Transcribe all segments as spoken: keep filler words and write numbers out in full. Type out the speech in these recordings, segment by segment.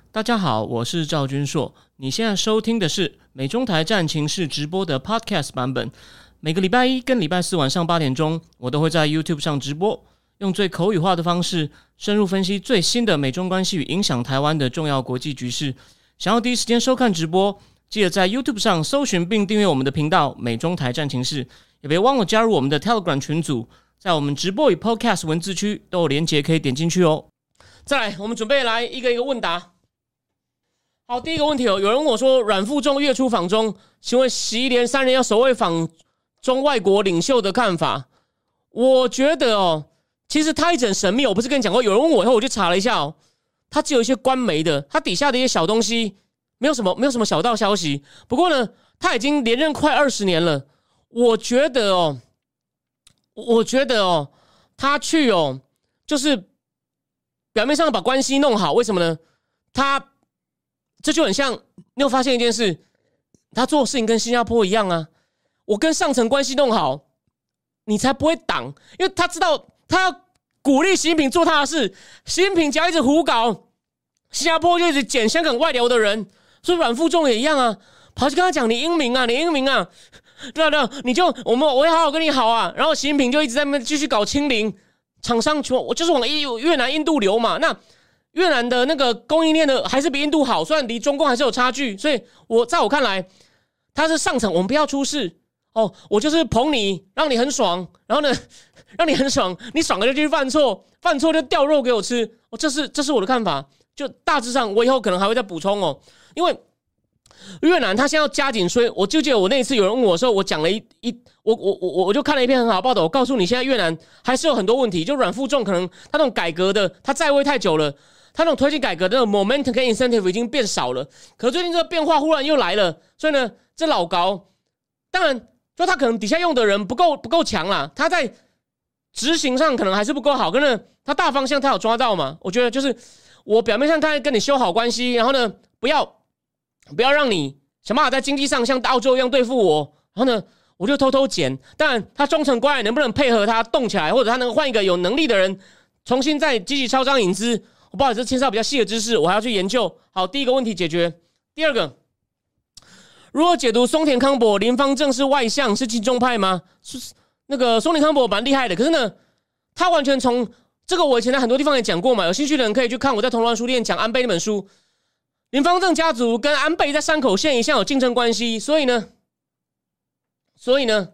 大家好，我是赵君硕。你现在收听的是美中台战情室直播的 Podcast 版本。每个礼拜一跟礼拜四晚上八点钟，我都会在 YouTube 上直播，用最口语化的方式，深入分析最新的美中关系与影响台湾的重要国际局势。想要第一时间收看直播，记得在 YouTube 上搜寻并订阅我们的频道美中台战情室，也别忘了加入我们的 Telegram 群组，在我们直播与 Podcast 文字区都有连结可以点进去哦。再来，我们准备来一个一个问答。好，第一个问题哦，有人问我说，阮富仲月初访中，请问习连三人要首位访中外国领袖的看法？我觉得哦，其实他一直很神秘，我不是跟你讲过，有人问我以后我就查了一下哦，他只有一些官媒的，他底下的一些小东西，没有什么没有什么小道消息。不过呢，他已经连任快二十年了，我觉得哦，我觉得哦，他去哦，就是表面上把关系弄好，为什么呢？他这就很像，你有发现一件事，他做事情跟新加坡一样啊，我跟上层关系弄好，你才不会挡，因为他知道他要鼓励习近平做他的事，习近平只要一直胡搞，新加坡就一直捡香港外流的人，所以阮富仲也一样啊，跑去跟他讲你英明啊，你英明啊，对啊对啊，你就我们我会好好跟你好啊，然后习近平就一直在那边继续搞清零，厂商我就是往越南印度流嘛，那越南的那个供应链的还是比印度好，虽然离中共还是有差距，所以我在我看来，他是上层，我们不要出事哦，我就是捧你，让你很爽，然后呢，让你很爽，你爽了就继续犯错，犯错就掉肉给我吃，哦，这是这是我的看法，就大致上我以后可能还会再补充哦，因为越南他现在要加紧追，我就记得我那一次有人问我的时候，我讲了一一我我我我就看了一篇很好的报道，我告诉你，现在越南还是有很多问题，就阮富仲可能他那种改革的，他在位太久了。他那种推进改革的那种 momentum 跟 incentive 已经变少了，可是最近这个变化忽然又来了，所以呢，这老高，当然，就他可能底下用的人不够不够强啦，他在执行上可能还是不够好，可是他大方向他有抓到嘛？我觉得就是我表面上看跟你修好关系，然后呢，不要不要让你想办法在经济上像澳洲一样对付我，然后呢，我就偷偷减。当然，他中层官员能不能配合他动起来，或者他能换一个有能力的人，重新再积极招商引资？我不好意思，牵涉到比较细的知识，我还要去研究。好，第一个问题解决。第二个，如何解读松田康博、林芳正是外向，是亲中派吗？是那个松田康博蛮厉害的，可是呢，他完全从这个我以前在很多地方也讲过嘛，有兴趣的人可以去看我在铜锣湾书店讲安倍那本书。林芳正家族跟安倍在山口县一向有竞争关系，所以呢，所以呢。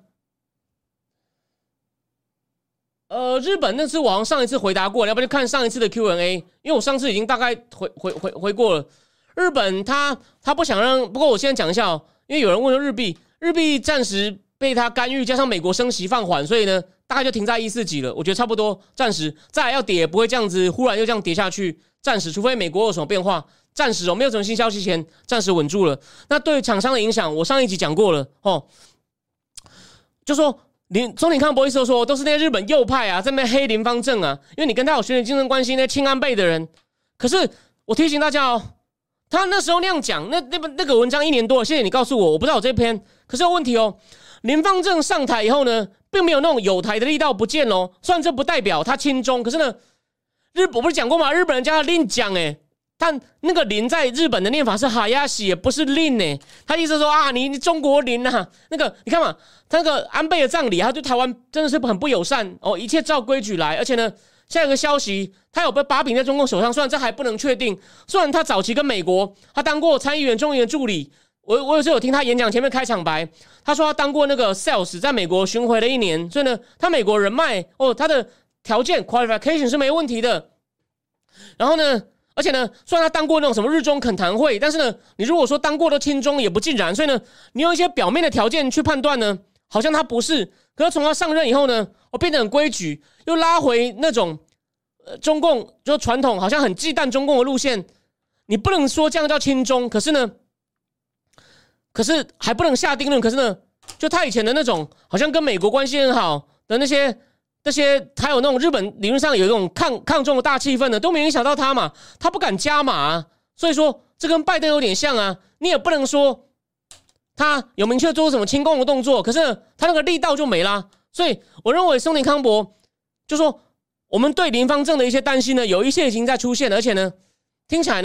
呃，日本那次我好像上一次回答过，你要不要去看上一次的 Q and A？ 因为我上次已经大概回回回回过了。日本他他不想让，不过我现在讲一下哦，因为有人问说日币，日币暂时被他干预，加上美国升息放缓，所以呢，大概就停在一四几了。我觉得差不多，暂时再来要跌不会这样子，忽然又这样跌下去，暂时除非美国有什么变化，暂时哦没有什么新消息前，暂时稳住了。那对厂商的影响，我上一集讲过了哦，就说。林松田康博意思说，都是那些日本右派啊，在那边黑林芳正啊，因为你跟他有血缘竞争关系，那亲安倍的人。可是我提醒大家哦，他那时候那样讲，那那那个文章一年多了，谢谢你告诉我，我不知道有这篇。可是有问题哦，林芳正上台以后呢，并没有那种友台的力道不见哦。虽然这不代表他亲中，可是呢，日我不是讲过吗？日本人叫他林讲哎。但那个林在日本的念法是哈亚喜，也不是林呢。他意思说啊，你你中国林啊，那个你看嘛，他那个安倍的葬礼，他对台湾真的是很不友善哦，一切照规矩来。而且呢，现在有个消息，他有被把柄在中共手上，虽然这还不能确定。虽然他早期跟美国，他当过参议员、众议员助理，我我有时候有听他演讲前面开场白，他说他当过那个 sales， 在美国巡回了一年，所以呢，他美国人脉哦，他的条件 qualification 是没问题的。然后呢？而且呢，虽然他当过那种什么日中恳谈会，但是呢，你如果说当过的亲中也不尽然，所以呢，你用一些表面的条件去判断呢，好像他不是。可是从他上任以后呢，我变得很规矩，又拉回那种呃中共就传统好像很忌惮中共的路线。你不能说这样叫亲中，可是呢，可是还不能下定论。可是呢，就他以前的那种好像跟美国关系很好的那些。这些还有那种日本理论上有一种抗抗中的大气氛的，都没影响到他嘛，他不敢加码啊，所以说这跟拜登有点像啊。你也不能说他有明确做什么亲共的动作，可是他那个力道就没啦。所以我认为松田康博就说，我们对林芳正的一些担心呢，有一些已经在出现，而且呢，听起来呢，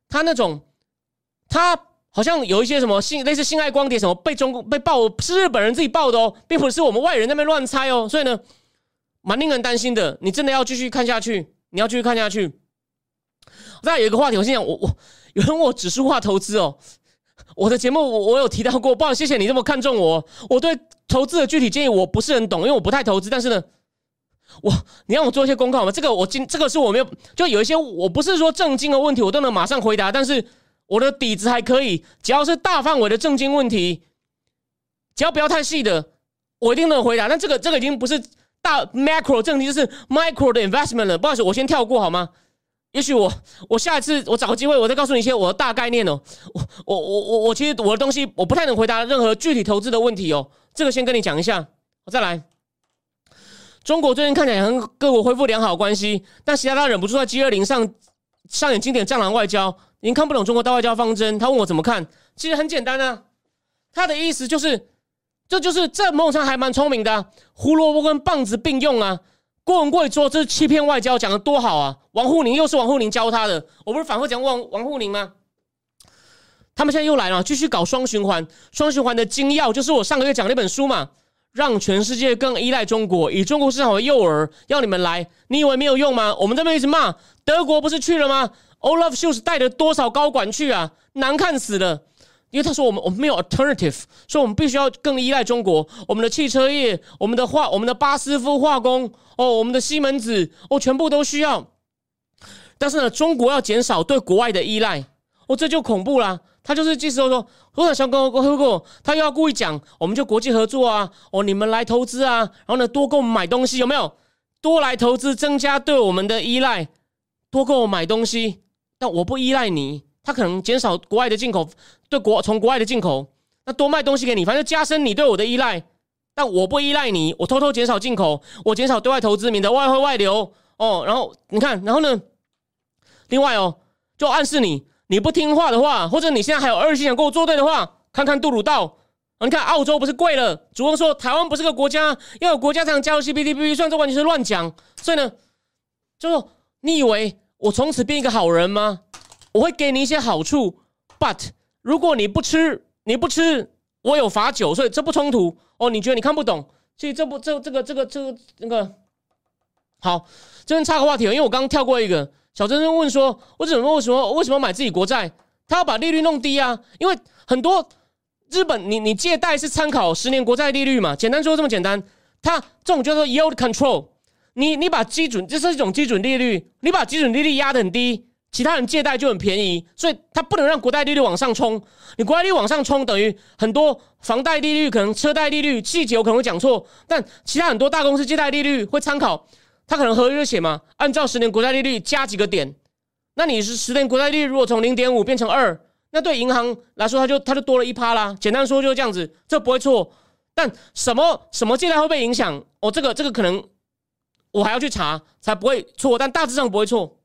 他那种他好像有一些什么性类似性爱光碟什么被中国被爆，是日本人自己爆的哦，并不是我们外人在那边乱猜哦，所以呢，蛮令人担心的。你真的要继续看下去，你要继续看下去。再有一个话题，我心想，我我有人问我指数化投资哦，我的节目我我有提到过，不好，谢谢你这么看重我。我对投资的具体建议我不是很懂，因为我不太投资，但是呢。我，你让我做一些功课好吗？这个我今这个是我没有，就有一些我不是说正经的问题，我都能马上回答，但是我的底子还可以，只要是大范围的正经问题，只要不要太细的，我一定能回答。但这个这个已经不是大 macro 正题，就是 micro 的 investment 了。不好意思，我先跳过好吗？也许我我下一次我找个机会，我再告诉你一些我的大概念哦。我我我我我其实我的东西我不太能回答任何具体投资的问题哦。这个先跟你讲一下，我再来。中国最近看起来和各国恢复良好关系，但习大大忍不住在 G 二十 上上演经典战狼外交，已经看不懂中国大外交方针。他问我怎么看，其实很简单啊，他的意思就是，这就是这某种上还蛮聪明的、啊，胡萝卜跟棒子并用啊。郭文贵说这是欺骗外交，讲的多好啊！王沪宁又是王沪宁教他的，我不是反复讲王王沪宁吗？他们现在又来了，继续搞双循环，双循环的精要就是我上个月讲那本书嘛。让全世界更依赖中国，以中国市场为诱饵，要你们来，你以为没有用吗？我们这边一直骂，德国不是去了吗 ？Olaf Scholz 带了多少高管去啊？难看死了！因为他说我们我们没有 alternative， 所以我们必须要更依赖中国。我们的汽车业，我们的化，我们的巴斯夫化工，哦，我们的西门子，哦，全部都需要。但是呢，中国要减少对国外的依赖，哦，这就恐怖啦。他就是即使说，我想跟我喝过，他又要故意讲，我们就国际合作啊，哦，你们来投资啊，然后呢，多给我们买东西，有没有？多来投资，增加对我们的依赖，多给我买东西，但我不依赖你，他可能减少国外的进口，对国从国外的进口，那多卖东西给你，反正加深你对我的依赖，但我不依赖你，我偷偷减少进口，我减少对外投资，免得外汇外流哦。然后你看，然后呢，另外哦，就暗示你。你不听话的话，或者你现在还有二心想跟我作对的话，看看杜鲁道、哦。你看澳洲不是贵了？主任说台湾不是个国家，要有国家才能加入 C P T P P， 虽然这完全是乱讲。所以呢，就是你以为我从此变一个好人吗？我会给你一些好处 ，but 如果你不吃，你不吃，我有罚酒，所以这不冲突哦。你觉得你看不懂？所以这不这这个这个这个那个好，这边插个话题，因为我刚刚跳过一个。小珍珍问说：“我怎么为什么为什么买自己国债？他要把利率弄低啊？因为很多日本你你借贷是参考十年国债利率嘛，简单说这么简单。它这种叫做 yield control， 你你把基准这是一种基准利率，你把基准利率压得很低，其他人借贷就很便宜，所以它不能让国债利率往上冲。你国债利率往上冲，等于很多房贷利率、可能车贷利率细节我可能会讲错，但其他很多大公司借贷利率会参考。”他可能合约写嘛，按照十年国债利率加几个点，那你是十年国债利率如果从 零点五 变成二，那对银行来说它就它就多了一趴啦。简单说就是这样子，这不会错。但什么什么借贷会被影响？哦，这个这个可能我还要去查才不会错，但大致上不会错。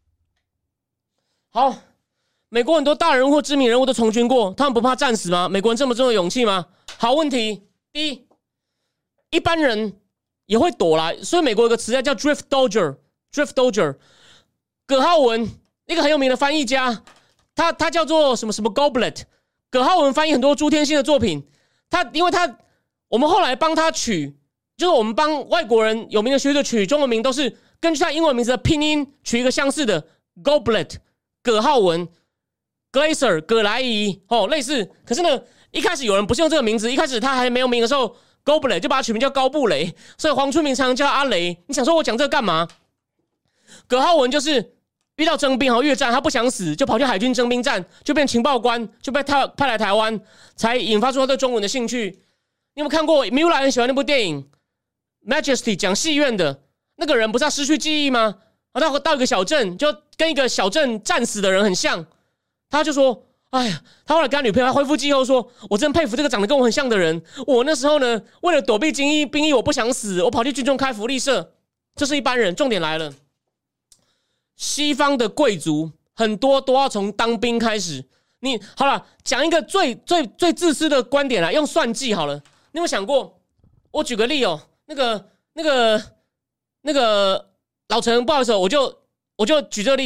好，美国很多大人物或知名人物都从军过，他们不怕战死吗？美国人这么重的勇气吗？好问题。第一，一般人。也会躲啦，所以美国有个词叫 drift dodger，drift dodger。葛浩文一个很有名的翻译家，他他叫做什么什么 Goblet。葛浩文翻译很多朱天心的作品，他因为他我们后来帮他取，就是我们帮外国人有名的学者取中文名，都是根据他英文名字的拼音取一个相似的 Goblet。葛浩文 ，Glaser 葛莱仪哦类似，可是呢一开始有人不是用这个名字，一开始他还没有名的时候。高布雷就把他取名叫高布雷，所以黄春明常常叫他阿雷。你想说我讲这个干嘛？葛浩文就是遇到征兵，越战他不想死，就跑去海军征兵站，就变情报官，就被他派来台湾，才引发出他对中文的兴趣。你有没有看过 Mula 很喜欢那部电影 Majesty 讲戏院的那个人，不是他失去记忆吗？到到一个小镇，就跟一个小镇战死的人很像，他就说。哎呀，他后来跟他女朋友他恢复记忆后说：“我真佩服这个长得跟我很像的人。我那时候呢，为了躲避兵役，兵役我不想死，我跑去军中开福利社。这是一般人。重点来了，西方的贵族很多都要从当兵开始。你好了，讲一个最最最自私的观点啦，用算计好了。你有没有想过？我举个例哦，那个那个那个老陈，不好意思，我就我就举这个例哦。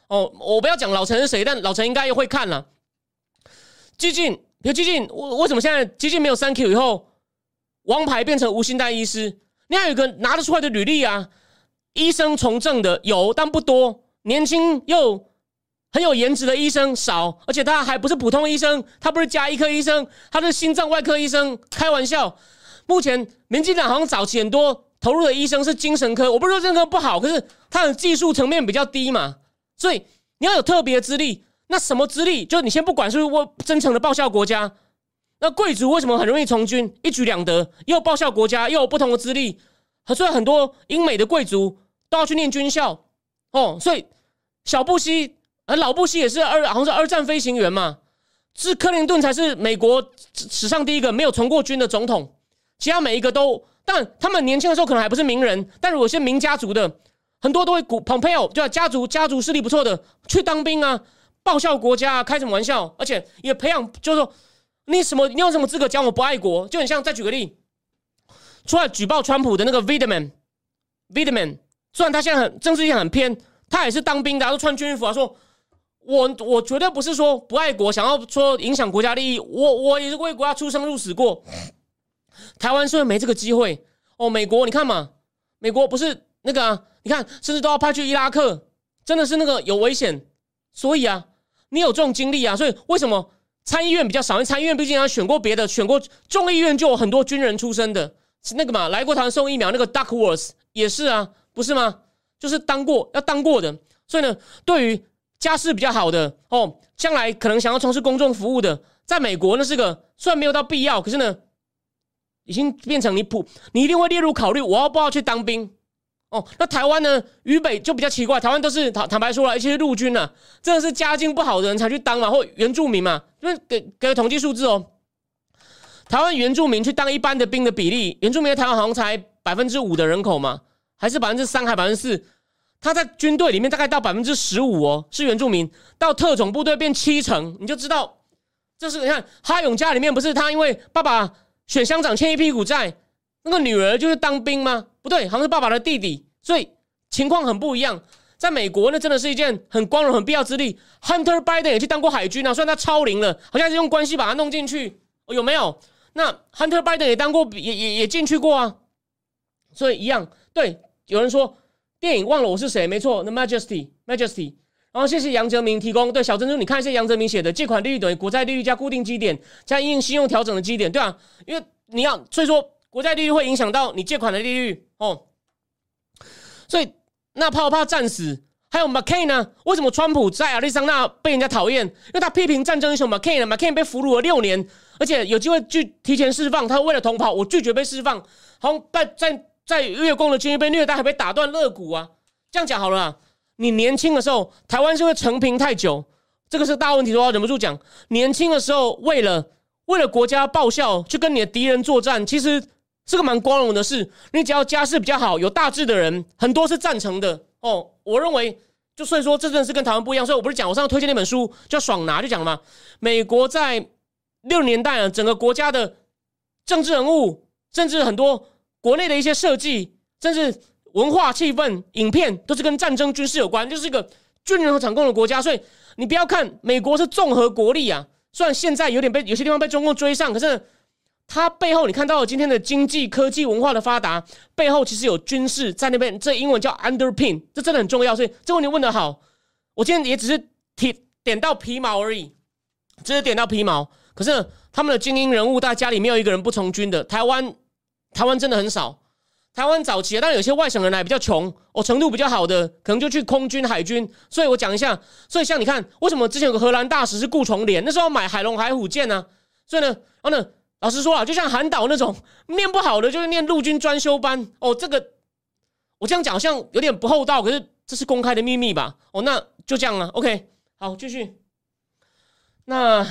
哦，我不要讲老陈是谁，但老陈应该会看了。激进，比如激进，为什么现在激进没有 Thank you 以后，王牌变成吴欣岱医师？你还有一个拿得出来的履历啊，医生从政的有，但不多，年轻又很有颜值的医生少，而且他还不是普通医生，他不是家医科医生，他是心脏外科医生，开玩笑。目前民进党好像早期很多投入的医生是精神科，我不是说精神科不好，可是他的技术层面比较低嘛，所以你要有特别资历。那什么资历？就你先不管是不是真诚的报效国家，那贵族为什么很容易从军？一举两得，又报效国家，又有不同的资历。所以很多英美的贵族都要去念军校哦。所以小布希、老布希也是二，好像是二战飞行员嘛。是克林顿才是美国史上第一个没有从过军的总统，其他每一个都，但他们年轻的时候可能还不是名人，但如果是名家族的，很多都会鼓 Pompeo 对吧？家族家族势力不错的去当兵啊。报效国家啊，开什么玩笑？而且也培养，就是说，你什么，你有什么资格讲我不爱国？就很像，再举个例，出来举报川普的那个 Wiedemann，Wiedemann， 虽然他现在很政治意见很偏，他也是当兵的，他都穿军服啊，说我我绝对不是说不爱国，想要说影响国家利益，我我也是为国家出生入死过。台湾是不是没这个机会？哦，美国你看嘛，美国不是那个啊，你看甚至都要派去伊拉克，真的是那个有危险，所以啊。你有这种经历啊，所以为什么参议院比较少？因为参议院毕竟要选过别的，选过众议院就有很多军人出身的，是那个嘛，来过台湾送疫苗那个 Duckworth 也是啊，不是吗？就是当过要当过的，所以呢，对于家世比较好的哦，将来可能想要从事公众服务的，在美国那是个虽然没有到必要，可是呢，已经变成你普，你一定会列入考虑，我要不要去当兵？哦，那台湾呢？渝北就比较奇怪，台湾都是坦坦白说了，一些陆军啊，真的是家境不好的人才去当嘛，或原住民嘛，因为给给统计数字哦，台湾原住民去当一般的兵的比例，原住民在台湾好像才百分之五的人口嘛，还是百分之三，还百分之四，他在军队里面大概到百分之十五哦，是原住民，到特种部队变七成，你就知道，这是你看哈勇家里面不是他因为爸爸选乡长欠一屁股债，那个女儿就是当兵吗？不对，好像是爸爸的弟弟，所以情况很不一样。在美国那真的是一件很光荣、很必要之力。Hunter Biden 也去当过海军啊，虽然他超龄了，好像是用关系把他弄进去，哦、有没有？那 Hunter Biden 也当过，也也也进去过啊，所以一样。对，有人说电影忘了我是谁，没错，那 Majesty Majesty。然后谢谢杨哲明提供，对小珍珠，你看一下杨哲明写的借款利率等于国债利率加固定基点加因应信用调整的基点，对啊，因为你要所以说。国债利率会影响到你借款的利率哦，所以那怕不怕战死？还有 McCain 呢？为什么川普在亚利桑那被人家讨厌？因为他批评战争英雄 McCain 呢 ？McCain 被俘虏了六年，而且有机会去提前释放，他为了同跑，我拒绝被释放。好像在在在月供的监狱被虐待，还被打断肋骨啊！这样讲好了啦，你年轻的时候，台湾是会成平太久，这个是大问题，我要忍不住讲。年轻的时候，为了为了国家报效，去跟你的敌人作战，其实。是个蛮光荣的事，你只要家世比较好、有大志的人，很多是赞成的哦。我认为，就所以说，这真的是跟台湾不一样。所以我不是讲我上次推荐那本书叫《爽拿》，就讲了嘛，美国在六十年代啊，整个国家的政治人物，甚至很多国内的一些设计，甚至文化气氛、影片，都是跟战争、军事有关，就是一个军人和掌控的国家。所以你不要看美国是综合国力啊，虽然现在有点被有些地方被中共追上，可是。它背后你看到今天的经济、科技、文化的发达，背后其实有军事在那边，这英文叫 underpin， 这真的很重要。所以这个问题问得好，我今天也只是提点到皮毛而已，只是点到皮毛。可是他们的精英人物，大家家里没有一个人不从军的。台湾，台湾真的很少。台湾早期，当然有些外省人来比较穷，哦，程度比较好的，可能就去空军、海军。所以我讲一下，所以像你看，为什么之前有个荷兰大使是顾重廉，那时候买海龙、海虎舰呢、啊？所以呢，然后呢？老实说啊，就像韩导那种念不好的，就是念陆军专修班哦。这个我这样讲好像有点不厚道，可是这是公开的秘密吧？哦，那就这样了。OK， 好，继续。那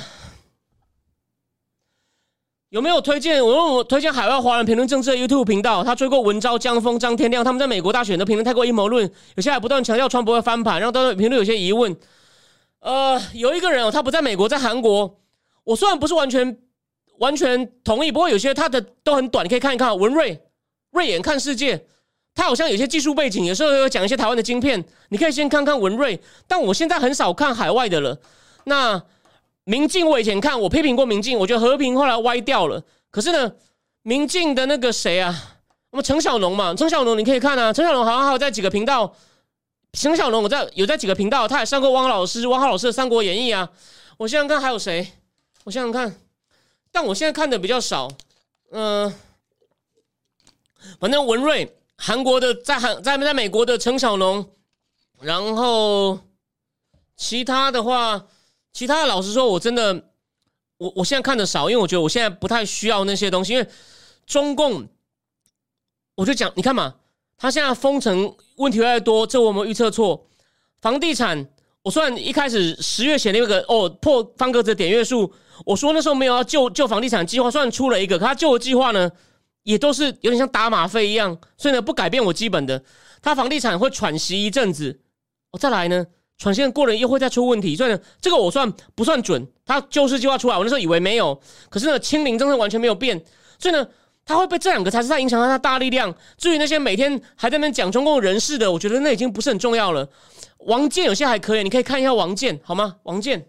有没有推荐？我问我推荐海外华人评论政治的 YouTube 频道，他追过文昭、江峰、张天亮，他们在美国大选的评论太过阴谋论，有些还不断强调川普会翻盘，让大家评论有些疑问。呃，有一个人哦，他不在美国，在韩国。我虽然不是完全。完全同意，不过有些他的都很短，你可以看一看。文瑞，瑞眼看世界， 他好像有些技术背景，有时候有讲一些台湾的晶片，你可以先看看文瑞。但我现在很少看海外的了。那明镜我以前看，我批评过明镜，我觉得和平后来歪掉了。可是呢，明镜的那个谁啊，我们陈小龙嘛，陈小龙你可以看啊，陈小龙好像还有在几个频道，陈小龙我在有在几个频道，他也上过汪老师，汪浩老师的《三国演义》啊。我想想看还有谁，我想想看，但我现在看的比较少。嗯、呃，反正文瑞。韩国的在韩在在美国的陈小龙，然后其他的话，其他的老实说，我真的我我现在看的少，因为我觉得我现在不太需要那些东西，因为中共，我就讲你看嘛，他现在封城问题越来越多，这我们预测错。房地产，我虽然一开始十月写那个哦破方格子的点阅数，我说那时候没有要救救房地产计划，虽然出了一个，可他救的计划呢？也都是有点像打吗啡一样，所以呢不改变我基本的，它房地产会喘息一阵子，哦再来呢喘息过了又会再出问题，所以呢这个我算不算准？它救市计划出来，我那时候以为没有，可是呢清零政策完全没有变，所以呢它会被这两个才是在影响它的大力量。至于那些每天还在那边讲中共人士的，我觉得那已经不是很重要了。王健有些还可以，你可以看一下王健好吗？王健，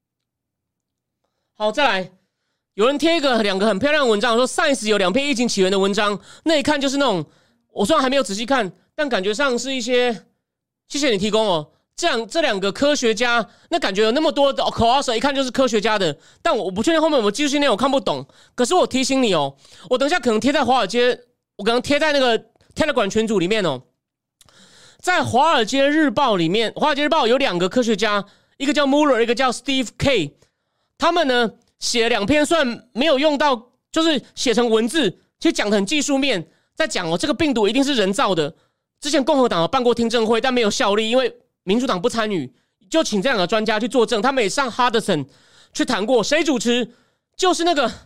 好再来。有人贴一个两个很漂亮的文章，说 Science 有两篇疫情起源的文章，那一看就是那种，我虽然还没有仔细看，但感觉上是一些，谢谢你提供哦。这样这两个科学家，那感觉有那么多的 co-author， 一看就是科学家的，但我不确定后面有没有技术性内容，我看不懂。可是我提醒你哦，我等一下可能贴在华尔街，我可能贴在那个 Telegram 群组里面哦。在华尔街日报里面，华尔街日报有两个科学家，一个叫 Mueller， 一个叫 Steve K， 他们呢。写了两篇，虽然没有用到，就是写成文字，其实讲的很技术面，在讲哦，这个病毒一定是人造的。之前共和党有办过听证会，但没有效力，因为民主党不参与，就请这两个专家去作证。他们也上 Hudson 去谈过，谁主持？就是那个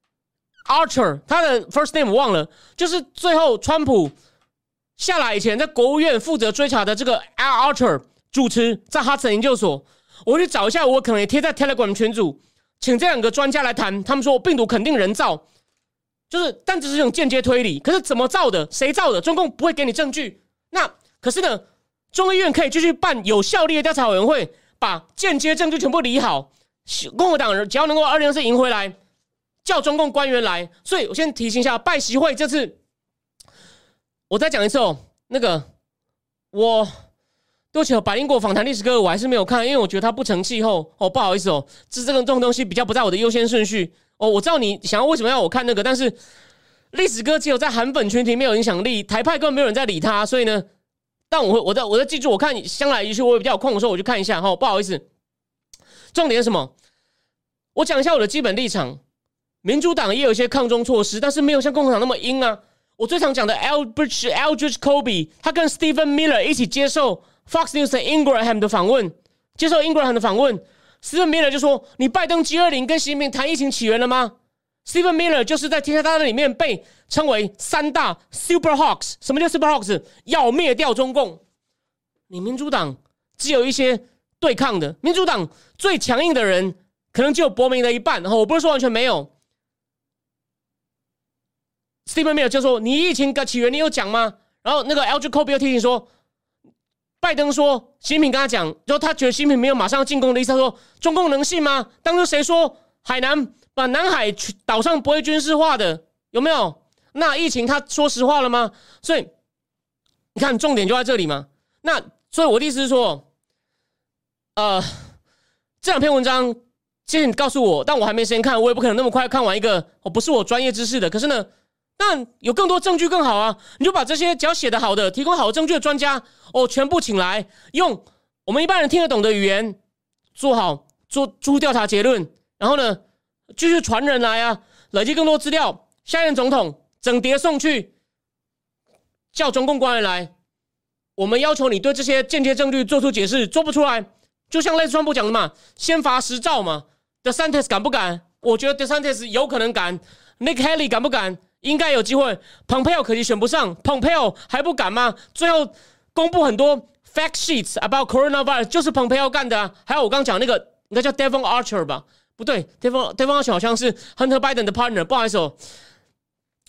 Archer， 他的 first name 我忘了，就是最后川普下来以前，在国务院负责追查的这个 Archer 主持，在 Hudson 研究所，我去找一下，我可能也贴在 Telegram 群组。请这两个专家来谈，他们说病毒肯定人造，就是但只是一种间接推理。可是怎么造的？谁造的？中共不会给你证据。那可是呢，众议院可以继续办有效力的调查委员会，把间接证据全部理好。共和党人只要能够二零二四赢回来，叫中共官员来。所以我先提醒一下，拜习会这次，我再讲一次哦。那个我。对不起，百灵果访谈历史课我还是没有看，因为我觉得它不成气候哦，不好意思哦，这这个这种东西比较不在我的优先顺序哦。我知道你想要为什么要我看那个，但是历史哥只有在韩粉群体没有影响力，台派根本没有人在理他，所以呢，但我我在我在记住，我看将来也许我也比较有空的时候我就看一下哈、哦，不好意思。重点是什么？我讲一下我的基本立场。民主党也有一些抗中措施，但是没有像共和党那么阴啊。我最常讲的 Aldrich Aldrich Kobe， 他跟 Stephen Miller 一起接受。Fox News 的 Ingraham 的访问，接受 Ingraham 的访问 ，Stephen Miller 就说：“你拜登 G 二十 跟习近平谈疫情起源了吗 ？”Stephen Miller 就是在天下大战里面被称为三大 Super Hawks。什么叫 Super Hawks？ 要灭掉中共。你民主党只有一些对抗的，民主党最强硬的人可能只有伯明的一半。然后我不是说完全没有。Stephen Miller 就说：“你疫情的起源你有讲吗？”然后那个 Aldrich Kobe 又提醒说。拜登说，习近平跟他讲，就他觉得习近平没有马上要进攻的意思。他说，中共能信吗？当初谁说海南把南海岛上不会军事化的？有没有？那疫情他说实话了吗？所以你看，重点就在这里嘛。那所以我的意思是说，呃，这两篇文章，谢谢你告诉我，但我还没时间看，我也不可能那么快看完一个，哦，不是我专业知识的。可是呢。但有更多证据更好啊！你就把这些只要写得好的、提供好的证据的专家哦，全部请来，用我们一般人听得懂的语言做好做出调查结论，然后呢，继续传人来啊，累积更多资料。下一任总统整碟送去，叫中共官员来，我们要求你对这些间接证据做出解释，做不出来，就像类似川普讲的嘛，先罚十兆嘛。DeSantis 敢不敢？我觉得 DeSantis 有可能敢。Nick Haley 敢不敢？应该有机会。Pompeo 可惜选不上 ，Pompeo 还不敢吗？最后公布很多 fact sheets about coronavirus， 就是 Pompeo 干的啊。还有我刚讲那个，应该叫 Devon Archer 吧？不对 ，Devon Devon Archer 好像是 Hunter Biden 的 partner， 不好意思哦。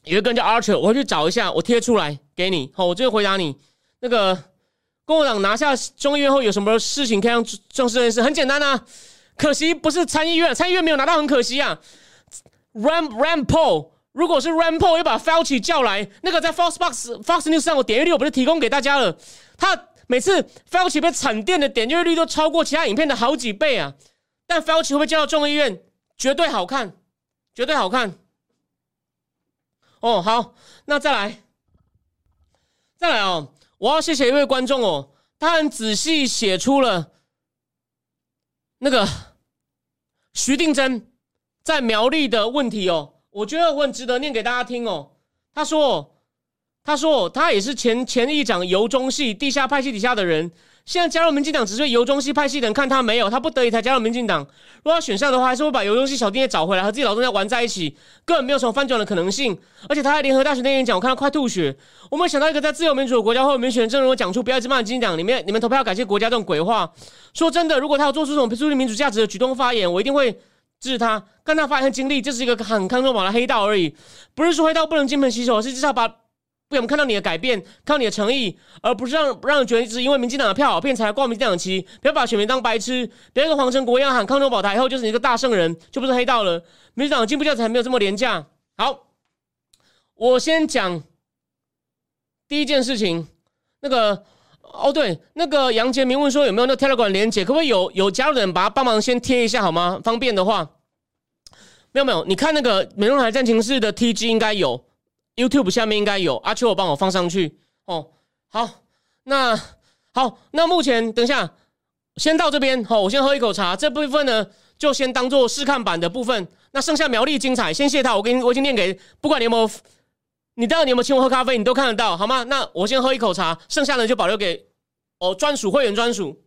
有一个人叫 Archer， 我会去找一下，我贴出来给你。好，我就回答你。那个共和党拿下众议院后有什么事情可以让正式认识？很简单啊，可惜不是参议院，参议院没有拿到，很可惜啊。Ram Ram Paul， 如果是 Ram Paul 要把 Fauci 叫来，那个在 Fox Fox Fox News 上我点阅率我不是提供给大家了，他每次 Fauci 被惨电的点阅率都超过其他影片的好几倍啊。但 Fauci 会不会叫到众议院？绝对好看，绝对好看。哦，好，那再来，再来哦，我要谢谢一位观众哦，他很仔细写出了那个徐定珍在苗栗的问题哦，我觉得我很值得念给大家听哦。他说，他说他也是前前议长游中系地下派系底下的人。现在加入民进党只是游中系派系的人看他没有，他不得已才加入民进党。如果他选上的话，还是会把游中系小弟也找回来，和自己老东家玩在一起，根本没有什么翻转的可能性。而且他在联合大学那演讲，我看到快吐血。我没有想到一个在自由民主的国家会有民选政人讲出不要一直骂民进党，你们你们投票要感谢国家这种鬼话。说真的，如果他有做出这种促进民主价值的举动发言，我一定会支持他。跟他发言和经历，这是一个很康中宝的黑道而已，不是说黑道不能金盆洗手，是至少把。不想看到你的改变，看到你的诚意，而不是让让人觉得是因为民进党的票好骗才来挂民进党旗。不要把选民当白痴，别跟黄成国一样喊抗中保台，以后就是你一个大圣人，就不是黑道了。民进党进步价值还没有这么廉价。好，我先讲第一件事情。那个哦，对，那个杨杰明问说有没有那个 Telegram 连结，可不可以有有加入的人把它帮忙先贴一下好吗？方便的话，没有没有，你看那个美中台战情室的 T G 应该有。YouTube 下面应该有，阿秋我帮我放上去哦。好，那好，那目前等一下先到这边，好，我先喝一口茶。这部分呢，就先当做试看版的部分。那剩下苗栗精彩，先谢他，我跟我已经念给，不管你有没有，你当然你有没有请我喝咖啡，你都看得到，好吗？那我先喝一口茶，剩下的就保留给哦专属会员专属。